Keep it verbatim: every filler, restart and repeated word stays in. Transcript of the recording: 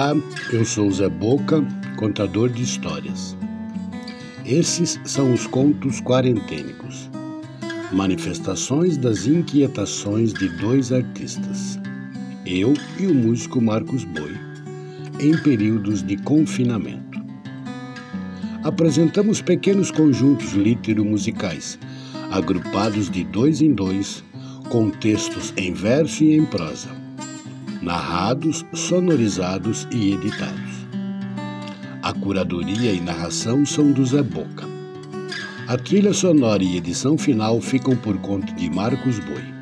Olá, eu sou Zé Boca, contador de histórias. Esses são os contos quarentênicos, manifestações das inquietações de dois artistas, eu e o músico Marcos Boi, em períodos de confinamento. Apresentamos pequenos conjuntos litero-musicais, agrupados de dois em dois, com textos em verso e em prosa, narrados, sonorizados e editados. A curadoria e narração são do Zé Boca. A trilha sonora e edição final ficam por conta de Marcos Boi.